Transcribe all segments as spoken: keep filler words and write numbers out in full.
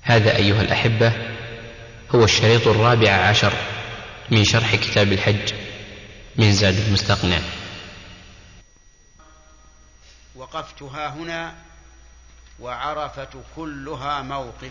هذا أيها الأحبة هو الشريط الرابع عشر من شرح كتاب الحج من زاد المستقنع. وقفتها هنا وعرفة كلها موقف،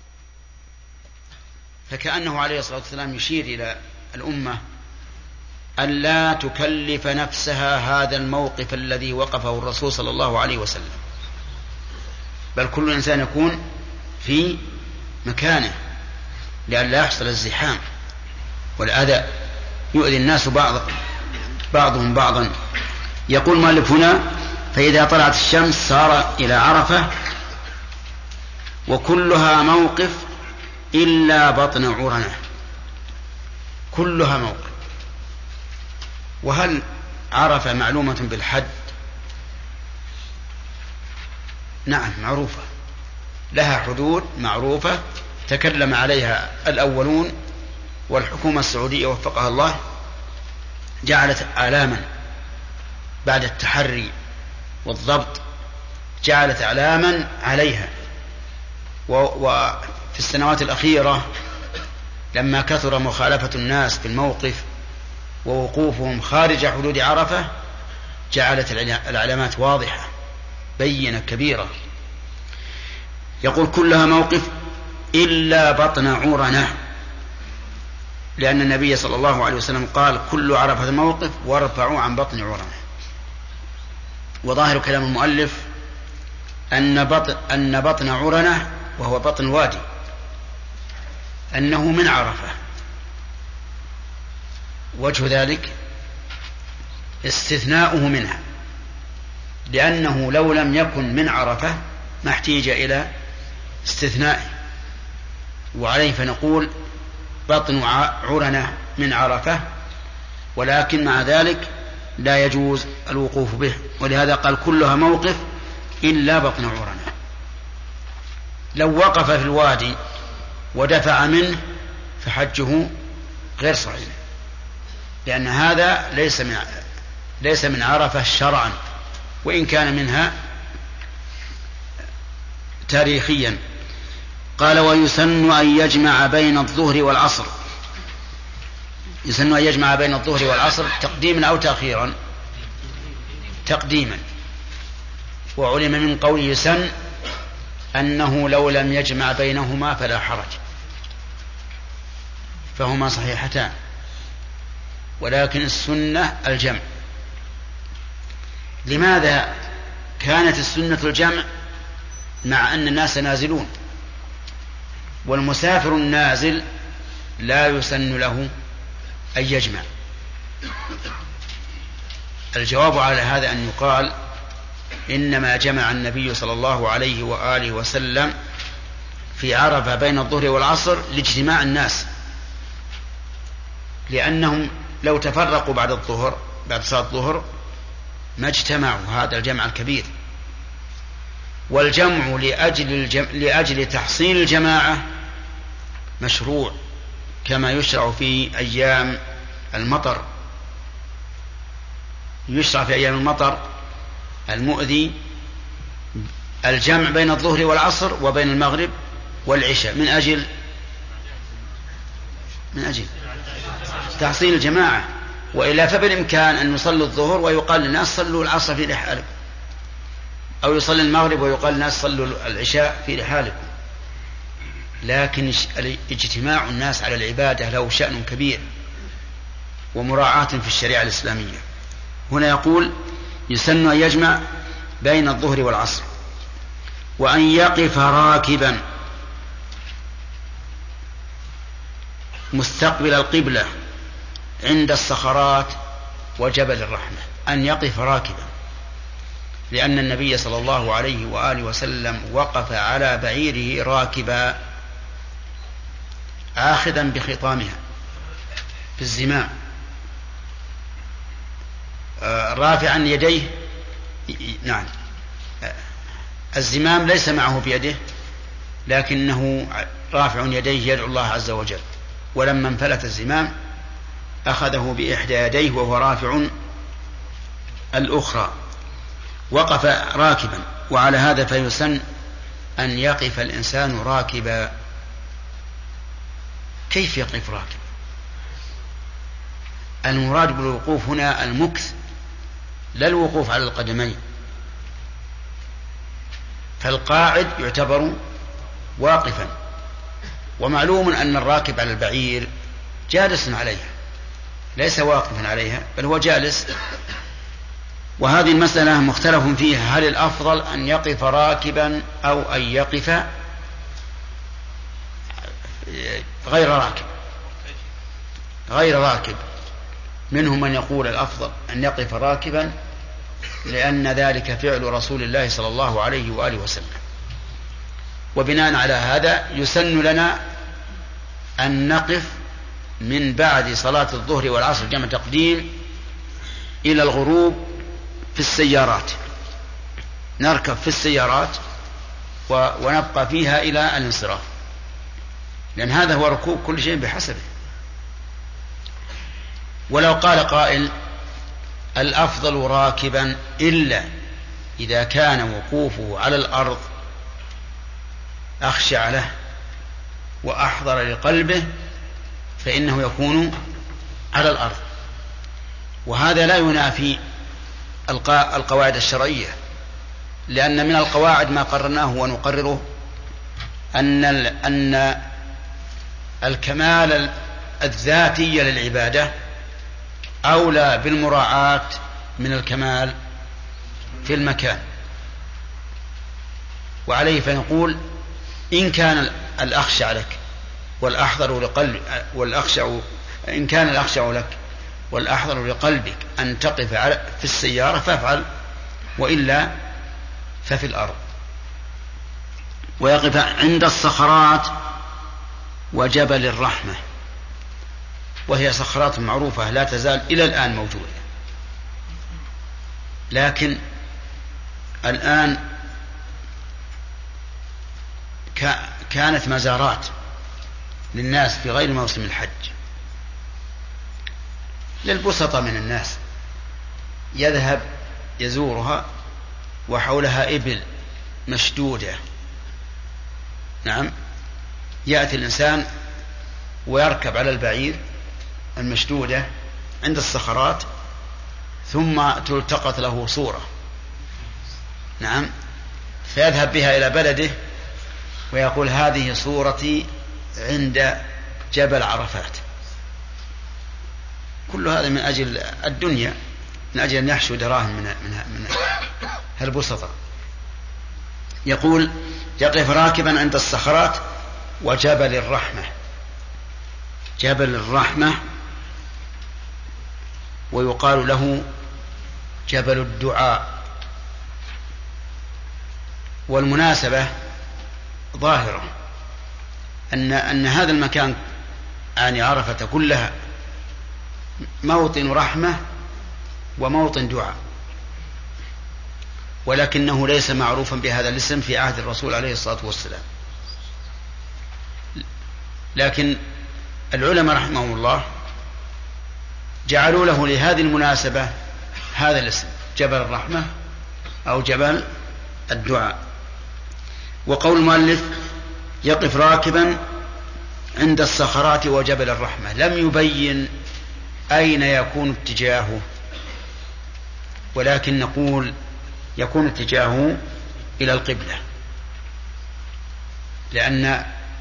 فكأنه عليه الصلاة والسلام يشير إلى الأمة أن لا تكلف نفسها هذا الموقف الذي وقفه الرسول صلى الله عليه وسلم، بل كل إنسان يكون في مكانه لأن لا يحصل الزحام والأذى يؤذي الناس بعض بعضهم بعضا. يقول مالك هنا: فإذا طلعت الشمس صار إلى عرفة وكلها موقف إلا بطن عرنة، كلها موقف. وهل عرفة معلومة بالحد؟ نعم معروفة، لها حدود معروفة تكلم عليها الأولون، والحكومة السعودية وفقها الله جعلت أعلاما بعد التحري والضبط، جعلت أعلاما عليها. وفي السنوات الأخيرة لما كثر مخالفة الناس في الموقف ووقوفهم خارج حدود عرفة جعلت العلامات واضحة بينة كبيرة. يقول كلها موقف إلا بطن عرنة، لأن النبي صلى الله عليه وسلم قال: كل عرفة موقف وارفعوا عن بطن عرنة. وظاهر كلام المؤلف أن بطن, أن بطن عرنة وهو بطن الوادي أنه من عرفة. وجه ذلك استثناؤه منها، لأنه لو لم يكن من عرفة ما احتيج إلى استثنائه، وعليه فنقول بطن عرنة من عرفة، ولكن مع ذلك لا يجوز الوقوف به، ولهذا قال كلها موقف إلا بطن عرنة. لو وقف في الوادي ودفع منه فحجه غير صحيح، لأن هذا ليس من ليس من عرفة شرعا، وإن كان منها تاريخيا. قال: ويسن أن يجمع بين الظهر والعصر. يسن أن يجمع بين الظهر والعصر تقديما أو تأخيرا؟ تقديما. وعلم من قول يسن أنه لو لم يجمع بينهما فلا حرج، فهما صحيحتان، ولكن السنة الجمع. لماذا كانت السنة الجمع مع أن الناس نازلون؟ والمسافر النازل لا يسن له أن يجمع. الجواب على هذا أن يقال: إنما جمع النبي صلى الله عليه وآله وسلم في عرفة بين الظهر والعصر لاجتماع الناس، لأنهم لو تفرقوا بعد الظهر بعد صلاة الظهر ما اجتمعوا هذا الجمع الكبير. والجمع لأجل, الجم... لأجل تحصيل الجماعة مشروع، كما يشرع في أيام المطر. يشرع في أيام المطر المؤذي الجمع بين الظهر والعصر وبين المغرب والعشاء من أجل من أجل تحصيل الجماعة، وإلا فبالإمكان أن يصلي الظهر ويقال للناس صلوا العصر في رحالكم، أو يصلي المغرب ويقال للناس صلوا العشاء في رحالكم. لكن اجتماع الناس على العبادة له شأن كبير ومراعاة في الشريعة الإسلامية. هنا يقول: يسن أن يجمع بين الظهر والعصر، وأن يقف راكبا مستقبل القبلة عند الصخرات وجبل الرحمة. أن يقف راكبا، لأن النبي صلى الله عليه وآله وسلم وقف على بعيره راكبا آخذا بخطامها في الزمام، رافعا يديه. نعم، الزمام ليس معه بيده، لكنه رافع يديه يدعو الله عز وجل. ولما انفلت الزمام أخذه بإحدى يديه وهو رافع الأخرى، وقف راكبا. وعلى هذا فيسن أن يقف الإنسان راكبا. كيف يقف راكبا؟ المراد بالوقوف هنا المكث، لا الوقوف على القدمين. فالقاعد يعتبر واقفا، ومعلوم أن الراكب على البعير جالس عليها ليس واقفا عليها بل هو جالس. وهذه المسألة مختلف فيها، هل الأفضل أن يقف راكبا أو أن يقف غير راكب غير راكب منهم من يقول الأفضل أن يقف راكبا لأن ذلك فعل رسول الله صلى الله عليه وآله وسلم. وبناء على هذا يسن لنا أن نقف من بعد صلاة الظهر والعصر جمع تقديم إلى الغروب في السيارات، نركب في السيارات ونبقى فيها إلى الانصراف، لأن هذا هو ركوب كل شيء بحسبه. ولو قال قائل الأفضل راكبا إلا إذا كان وقوفه على الأرض أخشع له وأحضر لقلبه فإنه يكون على الأرض، وهذا لا ينافي القواعد الشرعية، لأن من القواعد ما قررناه ونقرره أن أن الكمال الذاتي للعبادة أولى بالمراعاة من الكمال في المكان. وعليه فنقول إن كان الأخشع لك والأحضر لقلب والأخشع إن كان الأخشع لك والأحضر لقلبك أن تقف في السيارة فافعل، وإلا ففي الأرض. ويقف عند الصخرات وجبل الرحمة، وهي صخرات معروفة لا تزال إلى الآن موجودة، لكن الآن كانت مزارات للناس في غير موسم الحج، للبسطة من الناس يذهب يزورها وحولها إبل مشدودة. نعم، يأتي الإنسان ويركب على البعير المشدودة عند الصخرات ثم تلتقط له صورة، نعم، فيذهب بها إلى بلده ويقول هذه صورتي عند جبل عرفات. كل هذا من أجل الدنيا، من أجل أن يحشو دراهم من من من هالبسطة. يقول يقف راكبا عند الصخرات وجبل الرحمة. جبل الرحمة ويقال له جبل الدعاء. والمناسبة ظاهرة أن أن هذا المكان يعني عرفة كلها موطن رحمة وموطن دعاء، ولكنه ليس معروفا بهذا الاسم في عهد الرسول عليه الصلاة والسلام. لكن العلماء رحمهم الله جعلوا له لهذه المناسبة هذا الاسم جبل الرحمة أو جبل الدعاء. وقول المؤلف يقف راكبا عند الصخرات وجبل الرحمة لم يبين أين يكون اتجاهه، ولكن نقول يكون اتجاهه إلى القبلة، لأن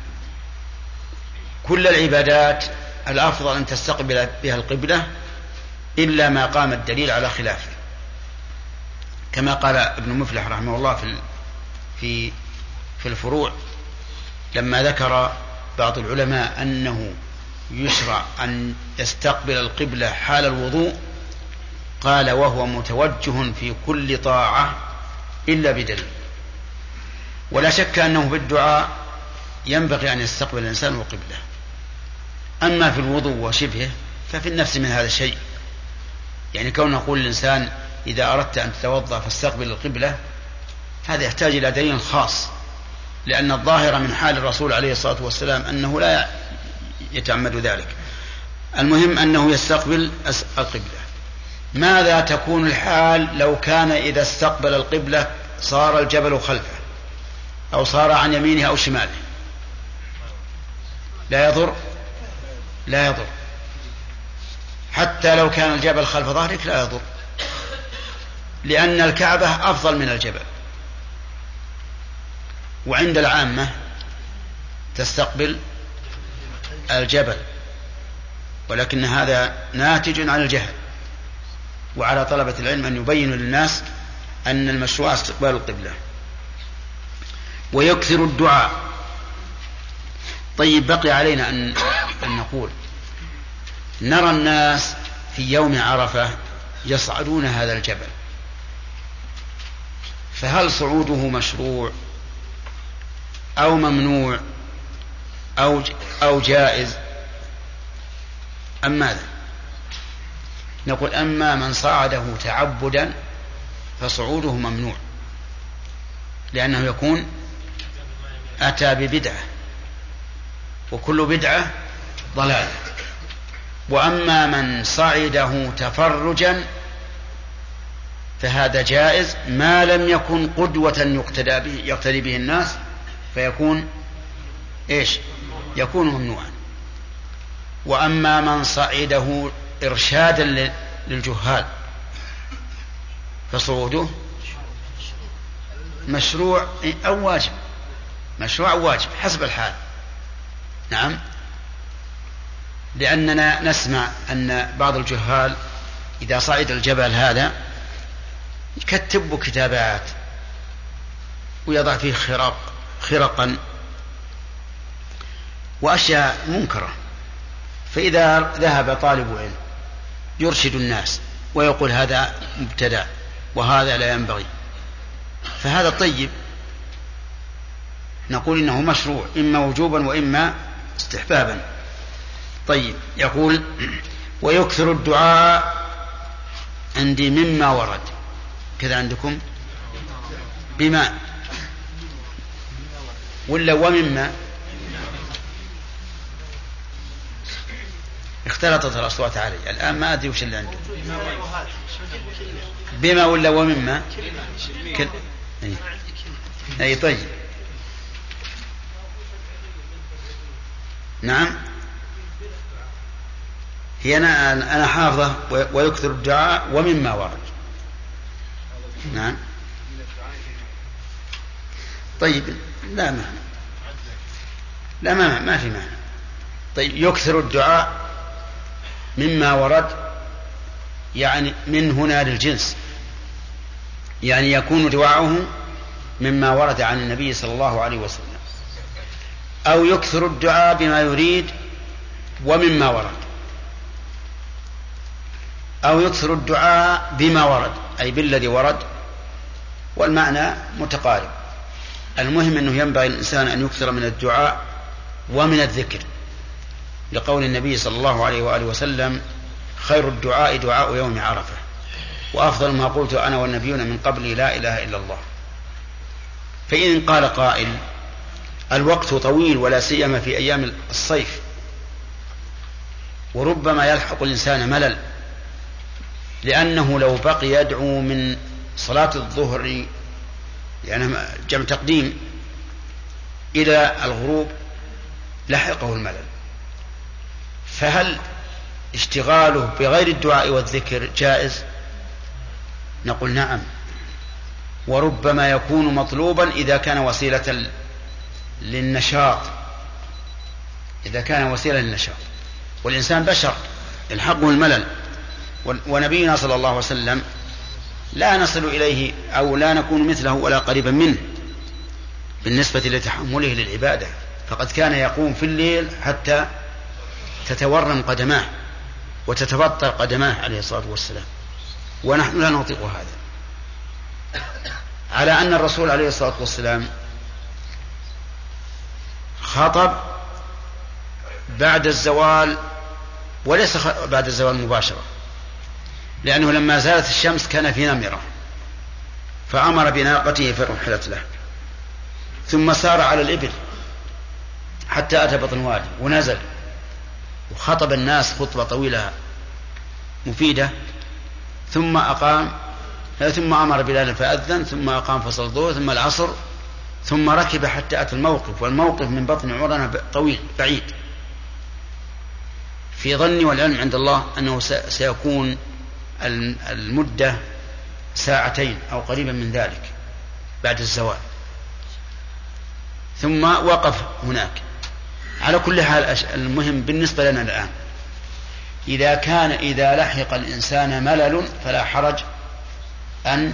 كل العبادات الأفضل أن تستقبل بها القبلة إلا ما قام الدليل على خلافه، كما قال ابن مفلح رحمه الله في في في الفروع لما ذكر بعض العلماء أنه يشرع أن يستقبل القبلة حال الوضوء، قال وهو متوجه في كل طاعة إلا بدليل. ولا شك أنه بالدعاء ينبغي أن يستقبل الإنسان القبلة، أما في الوضوء وشبهه ففي النفس من هذا الشيء. يعني كون نقول الإنسان إذا أردت أن تتوضأ فاستقبل القبلة، هذا يحتاج إلى دليل خاص، لأن الظاهر من حال الرسول عليه الصلاة والسلام أنه لا يتعمد ذلك. المهم أنه يستقبل القبلة. ماذا تكون الحال لو كان إذا استقبل القبلة صار الجبل خلفه أو صار عن يمينه أو شماله لا يضر لا يضر حتى لو كان الجبل خلف ظهرك لا يضر، لأن الكعبة أفضل من الجبل، وعند العامة تستقبل الجبل، ولكن هذا ناتج عن الجهل، وعلى طلبة العلم أن يبينوا للناس أن المشروع استقبال القبلة. ويكثر الدعاء. طيب بقي علينا أن, أن نقول نرى الناس في يوم عرفة يصعدون هذا الجبل، فهل صعوده مشروع أو ممنوع أو أو جائز أم ماذا؟ نقول أما من صعده تعبدا فصعوده ممنوع، لأنه يكون أتى ببدعة، وكل بدعة ضلالة. وأما من صعده تفرجا فهذا جائز ما لم يكن قدوة يقتدى به يقتدي به الناس، فيكون إيش؟ يكون ممنوعا. وأما من صعده إرشادا للجهال فصعوده مشروع أو واجب، مشروع أو واجب حسب الحال. نعم، لأننا نسمع أن بعض الجهال إذا صعد الجبل هذا يكتب كتابات ويضع فيه خرق خرقا وأشياء منكرة، فإذا ذهب طالب علم يرشد الناس ويقول هذا مبتدع وهذا لا ينبغي، فهذا طيب، نقول إنه مشروع إما وجوبا وإما استحبابا. طيب، يقول ويكثر الدعاء عندي مما ورد، كذا عندكم بما ولا ومما؟ اختلطت الأصوات علي الآن، ما أدري وش اللي عندكم، بما ولا ومما؟ كل... أي طيب، نعم، هي أنا أنا حافظة ويكثر الدعاء ومما ورد. نعم، طيب، لا ما لا ما ما في معنى. طيب، يكثر الدعاء مما ورد، يعني من هنا للجنس، يعني يكون دعاؤه مما ورد عن النبي صلى الله عليه وسلم، أو يكثر الدعاء بما يريد ومما ورد، أو يكثر الدعاء بما ورد أي بالذي ورد، والمعنى متقارب. المهم أنه ينبغي الإنسان أن يكثر من الدعاء ومن الذكر، لقول النبي صلى الله عليه وآله وسلم خير الدعاء دعاء يوم عرفة، وأفضل ما قلت أنا والنبيون من قبلي لا إله إلا الله. فإن قال قائل الوقت طويل ولا سيما في أيام الصيف، وربما يلحق الإنسان ملل، لأنه لو بقي يدعو من صلاة الظهر يعني جمع تقديم إلى الغروب لحقه الملل، فهل اشتغاله بغير الدعاء والذكر جائز؟ نقول نعم، وربما يكون مطلوبا إذا كان وسيلة للنشاط، إذا كان وسيلة للنشاط، والإنسان بشر يلحقه الملل، ونبينا صلى الله عليه وسلم لا نصل إليه أو لا نكون مثله ولا قريبا منه بالنسبة لتحمله للعبادة، فقد كان يقوم في الليل حتى تتورم قدماه وتتبطر قدماه عليه الصلاة والسلام، ونحن لا نطيق هذا، على أن الرسول عليه الصلاة والسلام خطب بعد الزوال، وليس بعد الزوال مباشرة، لأنه لما زالت الشمس كان في نمرة فأمر بناقته فرحلت له، ثم سار على الإبل حتى أتى بطن وادي ونزل وخطب الناس خطبة طويلة مفيدة، ثم أقام ثم أمر بلال فأذن، ثم أقام فصل الظهر، ثم العصر، ثم ركب حتى أتى الموقف، والموقف من بطن عرنة طويل بعيد. في ظني والعلم عند الله أنه سيكون المدة ساعتين أو قريبا من ذلك بعد الزوال، ثم وقف هناك. على كل حال المهم بالنسبة لنا الآن، إذا كان إذا لحق الإنسان ملل فلا حرج أن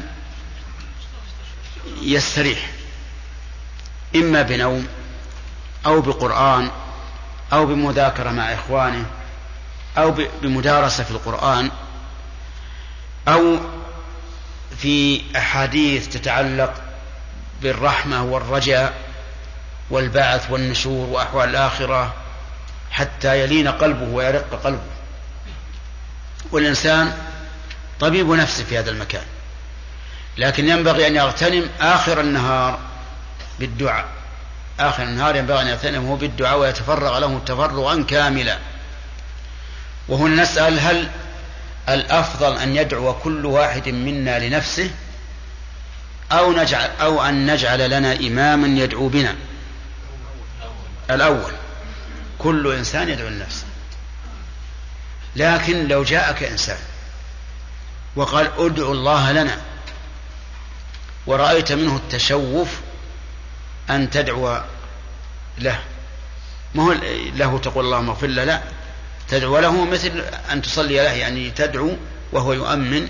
يستريح، إما بنوم أو بقرآن أو بمذاكرة مع إخوانه أو بمدارسة في القرآن أو في أحاديث تتعلق بالرحمة والرجاء والبعث والنشور وأحوال الآخرة حتى يلين قلبه ويرق قلبه. والإنسان طبيب نفسه في هذا المكان، لكن ينبغي أن يغتنم آخر النهار بالدعاء، آخر النهار ينبغي أن يغتنمه بالدعاء ويتفرغ له تفرغا كاملا. وهنا نسأل: هل الأفضل أن يدعو كل واحد منا لنفسه أو نجعل أو أن نجعل لنا إماما يدعو بنا؟ الأول، كل إنسان يدعو لنفسه. لكن لو جاءك إنسان وقال: ادعو الله لنا، ورأيت منه التشوف أن تدعو له، ما هو له تقول اللهم اغفر له، لا، تدعو له مثل أن تصلي له، يعني تدعو وهو يؤمن،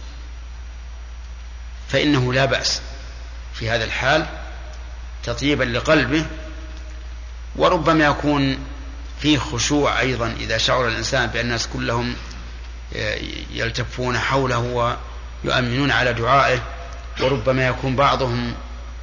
فإنه لا بأس في هذا الحال تطيبا لقلبه، وربما يكون فيه خشوع أيضا إذا شعر الإنسان بأن الناس كلهم يلتفون حوله ويؤمنون على دعائه، وربما يكون بعضهم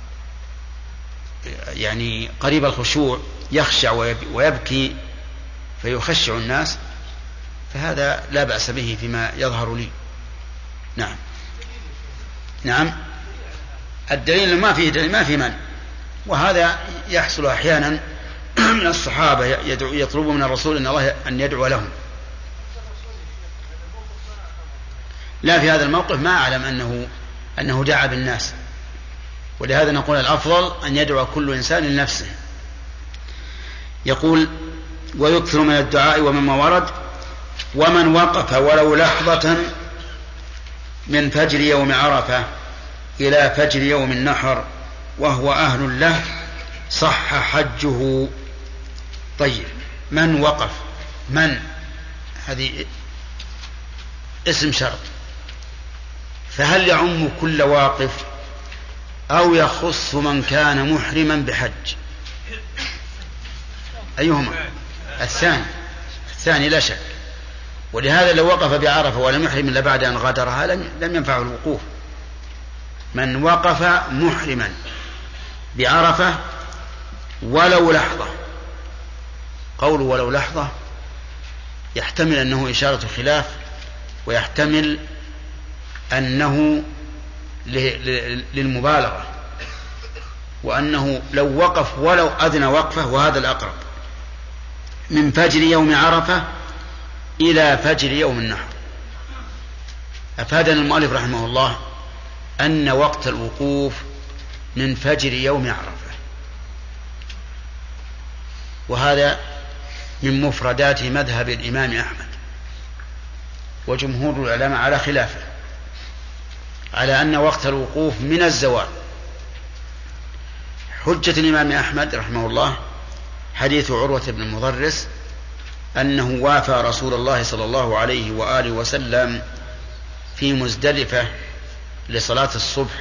يعني قريب الخشوع يخشع ويبكي فيخشع الناس، فهذا لا بأس به فيما يظهر لي. نعم نعم الدليل ما فيه دليل، ما فيه من، وهذا يحصل أحيانا من الصحابة يطلبوا من الرسول إن الله أن يدعو لهم. لا، في هذا الموقف ما أعلم أنه أنه دعا بالناس، ولهذا نقول الأفضل أن يدعو كل إنسان لنفسه. يقول: ويكثر من الدعاء ومما ورد: ومن وقف ولو لحظة من فجر يوم عرفة إلى فجر يوم النحر وهو أهل له صح حجه. طيب، من وقف؟ من هذه اسم شرط، فهل يعم كل واقف أو يخص من كان محرما بحج؟ أيهما؟ الثاني الثاني لا شك. ولهذا لو وقف بعرفة ولم يحرم إلا بعد أن غادرها لم ينفعه الوقوف. من وقف محرما بعرفة ولو لحظة، قول ولو لحظة يحتمل أنه إشارة خلاف، ويحتمل أنه للمبالغة، وأنه لو وقف ولو أذن وقفه، وهذا الأقرب، من فجر يوم عرفة إلى فجر يوم النحر. أفادنا المؤلف رحمه الله أن وقت الوقوف من فجر يوم عرفة، وهذا من مفردات مذهب الإمام أحمد، وجمهور العلماء على خلافه، على أن وقت الوقوف من الزوال. حجة الإمام أحمد رحمه الله حديث عروة بن المضرس أنه وافى رسول الله صلى الله عليه وآله وسلم في مزدلفة لصلاة الصبح،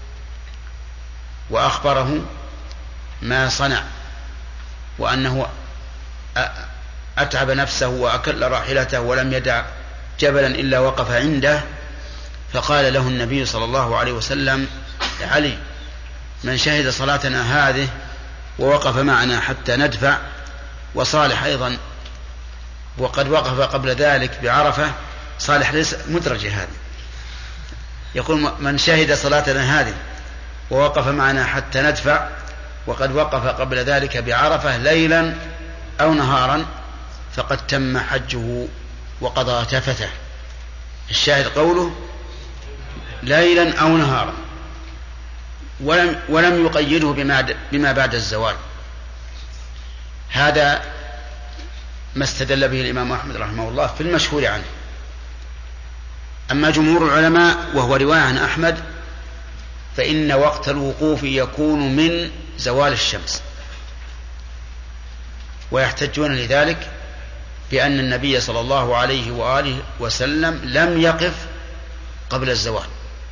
وأخبره ما صنع، وأنه أتعب نفسه وأكل راحلته ولم يدع جبلا إلا وقف عنده، فقال له النبي صلى الله عليه وسلم: علي، من شهد صلاتنا هذه ووقف معنا حتى ندفع. وصالح أيضا وقد وقف قبل ذلك بعرفة، صالح ليس مدرجة هذه، يقول: من شهد صلاتنا هذه ووقف معنا حتى ندفع، وقد وقف قبل ذلك بعرفة ليلا أو نهارا فقد تم حجه وقضى تفته. الشاهد قوله ليلا أو نهارا، ولم, ولم يقيده بما, بما بعد الزوال. هذا ما استدل به الإمام أحمد رحمه الله في المشهور عنه. أما جمهور العلماء وهو رواية عن أحمد فإن وقت الوقوف يكون من زوال الشمس، ويحتجون لذلك بأن النبي صلى الله عليه وآله وسلم لم يقف قبل الزوال،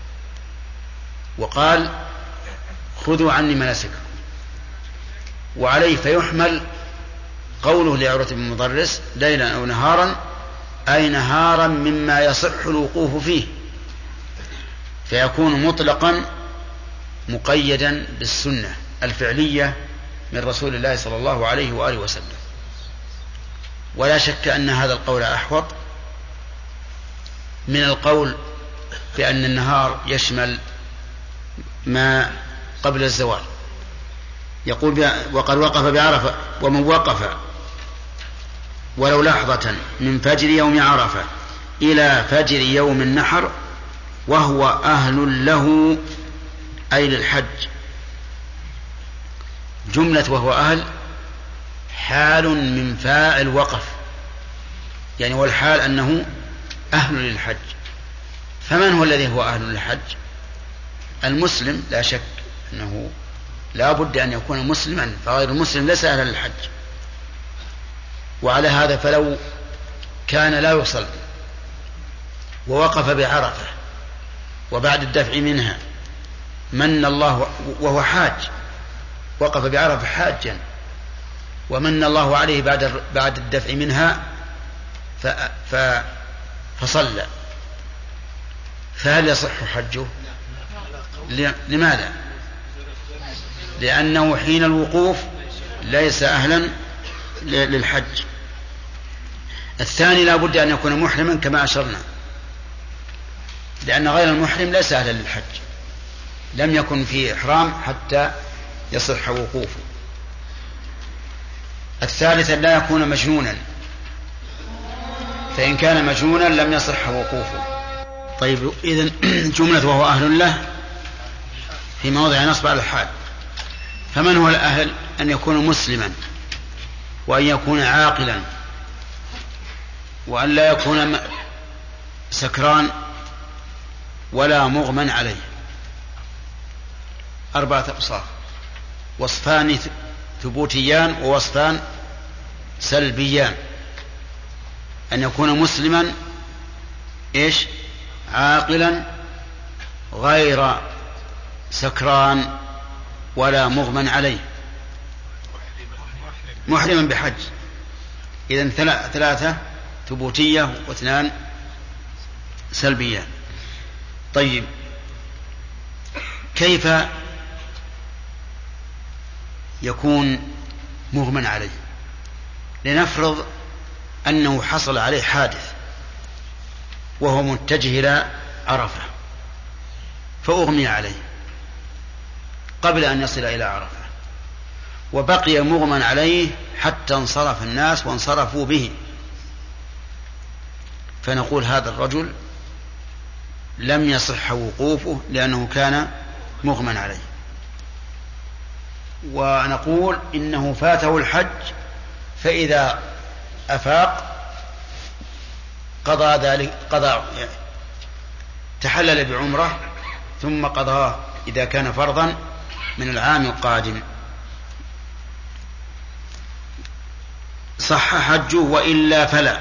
وقال خذوا عني مناسككم. وعليه فيحمل قوله لعروة بن مضرس ليلا أو نهارا أي نهارا مما يصح الوقوف فيه، فيكون مطلقا مقيدا بالسنة الفعلية من رسول الله صلى الله عليه وآله وسلم. ولا شك أن هذا القول أحوط من القول بأن النهار يشمل ما قبل الزوال. يقول وقد وقف بعرفة ومن وقف ولو لحظة من فجر يوم عرفة إلى فجر يوم النحر وهو أهل له أي للحج. جملة وهو أهل حال من فاعل وقف، يعني والحال أنه أهل للحج. فمن هو الذي هو أهل للحج؟ المسلم لا شك أنه لا بد أن يكون مسلما، فغير المسلم ليس أهلا للحج. وعلى هذا فلو كان لا يصلي ووقف بعرفة وبعد الدفع منها من الله وهو حاج، وقف بعرفة حاجا ومن الله عليه بعد بعد الدفع منها ف فصلى، فهل يصح حجه؟ لماذا؟ لأنه حين الوقوف ليس أهلا للحج. الثاني لا بد أن يكون محرما كما أشرنا، لأن غير المحرم ليس أهلا للحج، لم يكن في إحرام حتى يصح وقوفه. الثالث لا يكون مجنونا، فإن كان مجنونا لم يصح وقوفه. طيب إذن جملة وهو أهل له في موضع نصب على الحال. فمن هو الأهل؟ أن يكون مسلما وأن يكون عاقلا وأن لا يكون سكران ولا مغمى عليه. أربعة أوصاف، وصفان ثبوتيان ووصفان سلبيان. أن يكون مسلما إيش؟ عاقلا غير سكران ولا مغمى عليه، محرما بحج. إذن ثلاثة ثبوتية واثنان سلبية. طيب كيف يكون مغمى عليه؟ لنفرض أنه حصل عليه حادث وهو متجه إلى عرفة فأغمي عليه قبل أن يصل إلى عرفة، وبقي مغمى عليه حتى انصرف الناس وانصرفوا به، فنقول هذا الرجل لم يصح وقوفه لأنه كان مغمى عليه. ونقول إنه فاته الحج، فإذا أفاق قضى ذلك، قضى تحلل بعمرة ثم قضاه إذا كان فرضا من العام القادم صح حجه، وإلا فلا.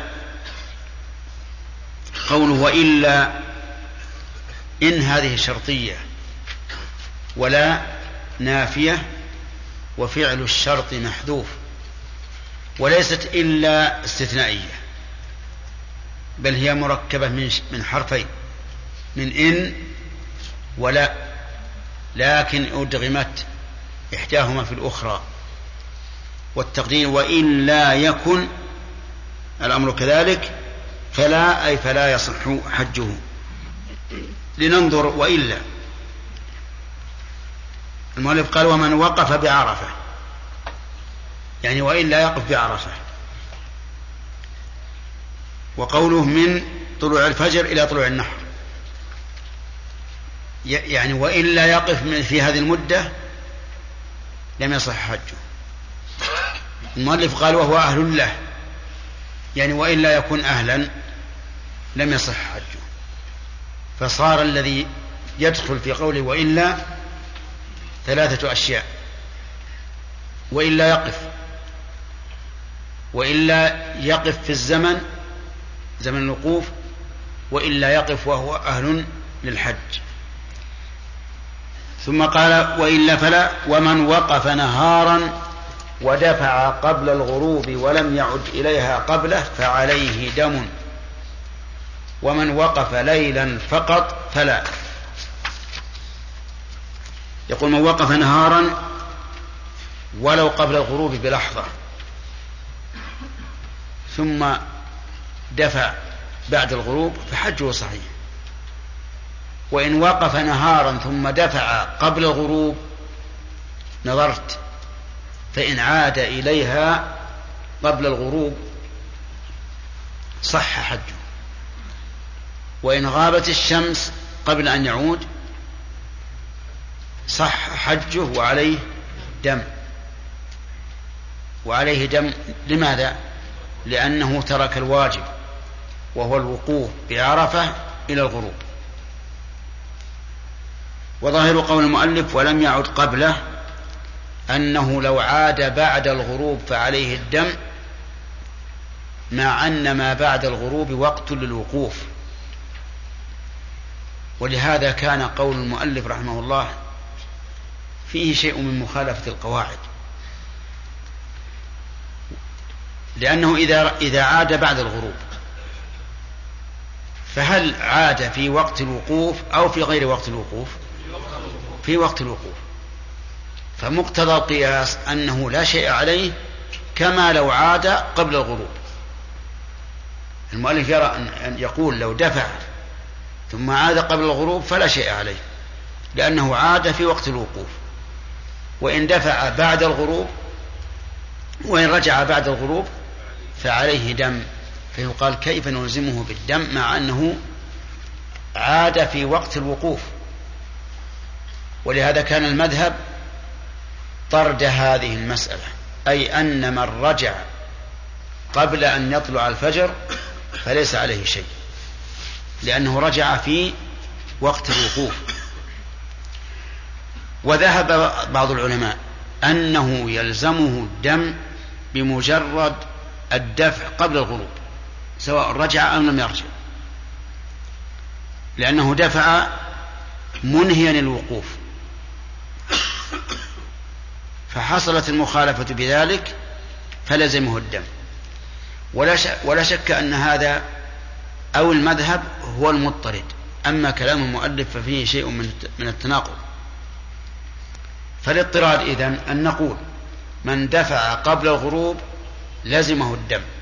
قوله وإلا إن هذه شرطية ولا نافية، وفعل الشرط محذوف، وليست إلا استثنائية، بل هي مركبة من من حرفين، من إن ولا، لكن أدغمت إحداهما في الأخرى. والتقدير وإن لا يكن الأمر كذلك فلا أي فلا يصح حجه. لننظر وإلا. المؤلف قال ومن وقف بعرفة، يعني وإلا يقف بعرفة. وقوله من طلوع الفجر إلى طلوع النحر، يعني وإلا يقف في هذه المدة لم يصح حجه. المؤلف قال وهو أهل له، يعني وإلا يكون أهلا لم يصح حجه. فصار الذي يدخل في قوله وإلا ثلاثة أشياء: وإلا يقف، وإلا يقف في الزمن زمن الوقوف، وإلا يقف وهو أهل للحج. ثم قال وإلا فلا. ومن وقف نهارا ودفع قبل الغروب ولم يعد إليها قبله فعليه دم. ومن وقف ليلا فقط فلا. يقول من وقف نهارا ولو قبل الغروب بلحظة ثم دفع بعد الغروب فحجه صحيح. وإن وقف نهارا ثم دفع قبل الغروب نظرت، فإن عاد إليها قبل الغروب صح حجه. وإن غابت الشمس قبل أن يعود صح حجه وعليه دم. وعليه دم لماذا؟ لأنه ترك الواجب وهو الوقوف بعرفة إلى الغروب. وظاهر قول المؤلف ولم يعد قبله أنه لو عاد بعد الغروب فعليه الدم، مع أن ما بعد الغروب وقت للوقوف. ولهذا كان قول المؤلف رحمه الله فيه شيء من مخالفة القواعد، لأنه إذا إذا عاد بعد الغروب فهل عاد في وقت الوقوف أو في غير وقت الوقوف؟ في وقت الوقوف. فمقتضى القياس أنه لا شيء عليه كما لو عاد قبل الغروب. المؤلف يرى أن يقول لو دفع ثم عاد قبل الغروب فلا شيء عليه لأنه عاد في وقت الوقوف. وإن دفع بعد الغروب وإن رجع بعد الغروب فعليه دم. فيقال كيف نلزمه بالدم مع أنه عاد في وقت الوقوف؟ ولهذا كان المذهب طرد هذه المسألة، أي أن من رجع قبل أن يطلع الفجر فليس عليه شيء لأنه رجع في وقت الوقوف. وذهب بعض العلماء أنه يلزمه الدم بمجرد الدفع قبل الغروب سواء رجع أو لم يرجع، لأنه دفع منهيا الوقوف، فحصلت المخالفة بذلك فلزمه الدم. ولا شك أن هذا أو المذهب هو المضطرد. أما كلام المؤلف ففيه شيء من التناقض. فالاضطراد إذن أن نقول من دفع قبل الغروب لزمه الدم،